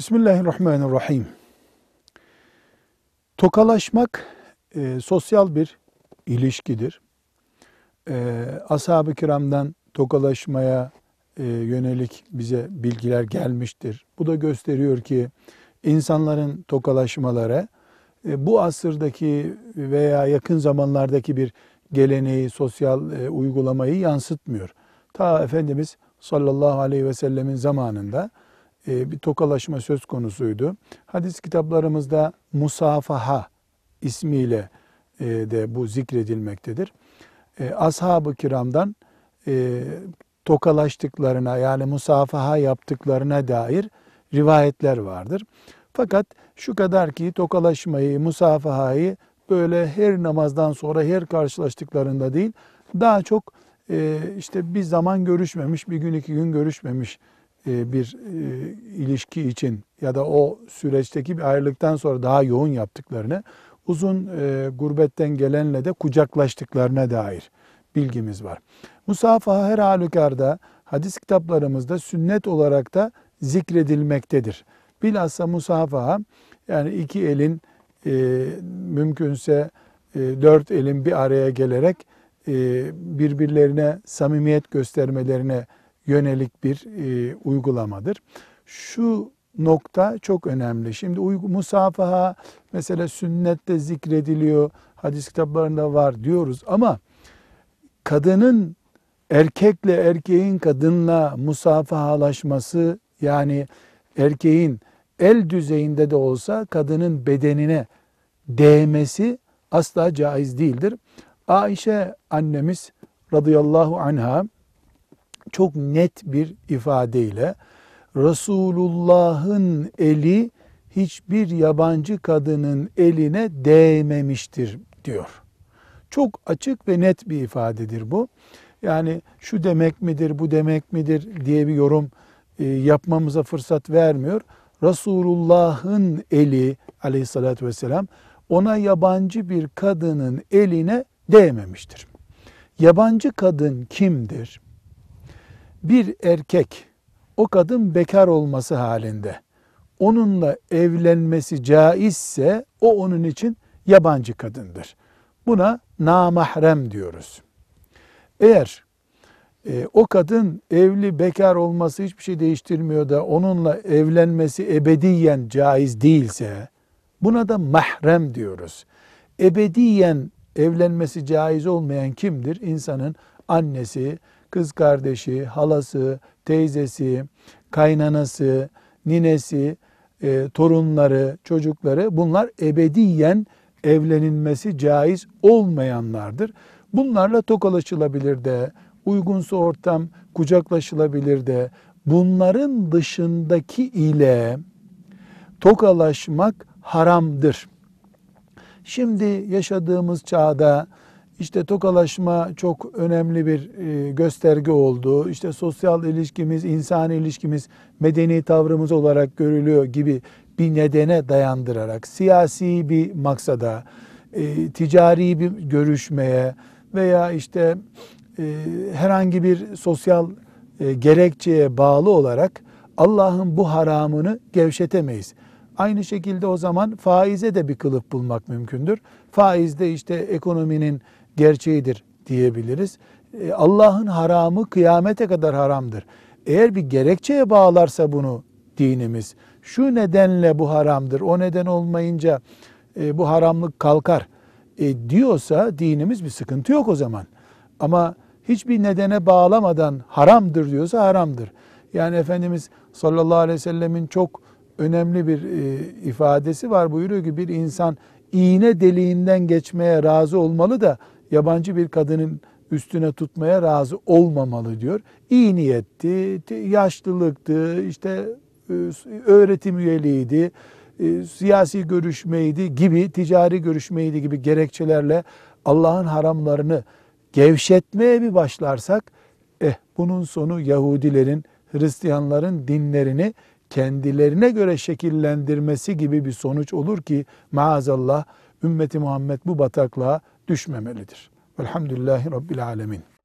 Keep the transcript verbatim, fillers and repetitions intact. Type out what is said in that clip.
Bismillahirrahmanirrahim. Tokalaşmak e, sosyal bir ilişkidir. E, Ashab-ı kiramdan tokalaşmaya e, yönelik bize bilgiler gelmiştir. Bu da gösteriyor ki insanların tokalaşmaları e, bu asırdaki veya yakın zamanlardaki bir geleneği, sosyal e, uygulamayı yansıtmıyor. Ta Efendimiz sallallahu aleyhi ve sellemin zamanında bir tokalaşma söz konusuydu. Hadis kitaplarımızda musafaha ismiyle de bu zikredilmektedir. Ashab-ı kiramdan tokalaştıklarına yani musafaha yaptıklarına dair rivayetler vardır. Fakat şu kadar ki tokalaşmayı, musafahayı böyle her namazdan sonra her karşılaştıklarında değil, daha çok işte bir zaman görüşmemiş, bir gün iki gün görüşmemiş bir e, ilişki için ya da o süreçteki bir ayrılıktan sonra daha yoğun yaptıklarını, uzun e, gurbetten gelenle de kucaklaştıklarına dair bilgimiz var. Musafaha her halükarda hadis kitaplarımızda sünnet olarak da zikredilmektedir. Bilhassa musafaha yani iki elin e, mümkünse e, dört elin bir araya gelerek e, birbirlerine samimiyet göstermelerine yönelik bir e, uygulamadır. Şu nokta çok önemli. Şimdi uygu, musafaha mesela sünnette zikrediliyor, hadis kitaplarında var diyoruz ama kadının erkekle erkeğin kadınla musafahalaşması yani erkeğin el düzeyinde de olsa kadının bedenine değmesi asla caiz değildir. Ayşe annemiz radıyallahu anha çok net bir ifadeyle Resulullah'ın eli hiçbir yabancı kadının eline değmemiştir diyor. Çok açık ve net bir ifadedir bu. Yani şu demek midir, bu demek midir diye bir yorum e, yapmamıza fırsat vermiyor. Resulullah'ın eli aleyhissalatü vesselam ona yabancı bir kadının eline değmemiştir. Yabancı kadın kimdir? Bir erkek o kadın bekar olması halinde onunla evlenmesi caizse o onun için yabancı kadındır. Buna namahrem diyoruz. Eğer e, o kadın evli bekar olması hiçbir şey değiştirmiyor da onunla evlenmesi ebediyen caiz değilse buna da mahrem diyoruz. Ebediyen evlenmesi caiz olmayan kimdir? İnsanın annesi, kız kardeşi, halası, teyzesi, kaynanası, ninesi, e, torunları, çocukları bunlar ebediyen evlenilmesi caiz olmayanlardır. Bunlarla tokalaşılabilir de, uygunsa ortam kucaklaşılabilir de, bunların dışındaki ile tokalaşmak haramdır. Şimdi yaşadığımız çağda İşte tokalaşma çok önemli bir gösterge oldu. İşte sosyal ilişkimiz, insani ilişkimiz medeni tavrımız olarak görülüyor gibi bir nedene dayandırarak siyasi bir maksada, ticari bir görüşmeye veya işte herhangi bir sosyal gerekçeye bağlı olarak Allah'ın bu haramını gevşetemeyiz. Aynı şekilde o zaman faize de bir kılıf bulmak mümkündür. Faiz de işte ekonominin gerçeğidir diyebiliriz. Allah'ın haramı kıyamete kadar haramdır. Eğer bir gerekçeye bağlarsa bunu dinimiz, şu nedenle bu haramdır, o neden olmayınca e, bu haramlık kalkar e, diyorsa dinimiz bir sıkıntı yok o zaman. Ama hiçbir nedene bağlamadan haramdır diyorsa haramdır. Yani Efendimiz sallallahu aleyhi ve sellemin çok önemli bir e, ifadesi var. Buyuruyor ki bir insan iğne deliğinden geçmeye razı olmalı da yabancı bir kadının üstüne tutmaya razı olmamalı diyor. İyi niyetti, yaşlılıktı, işte öğretim üyeliğiydi, siyasi görüşmeydi gibi, ticari görüşmeydi gibi gerekçelerle Allah'ın haramlarını gevşetmeye bir başlarsak, eh bunun sonu Yahudilerin, Hristiyanların dinlerini kendilerine göre şekillendirmesi gibi bir sonuç olur ki maazallah ümmeti Muhammed bu bataklığa düşmemelidir. Velhamdülillahi Rabbil Alemin.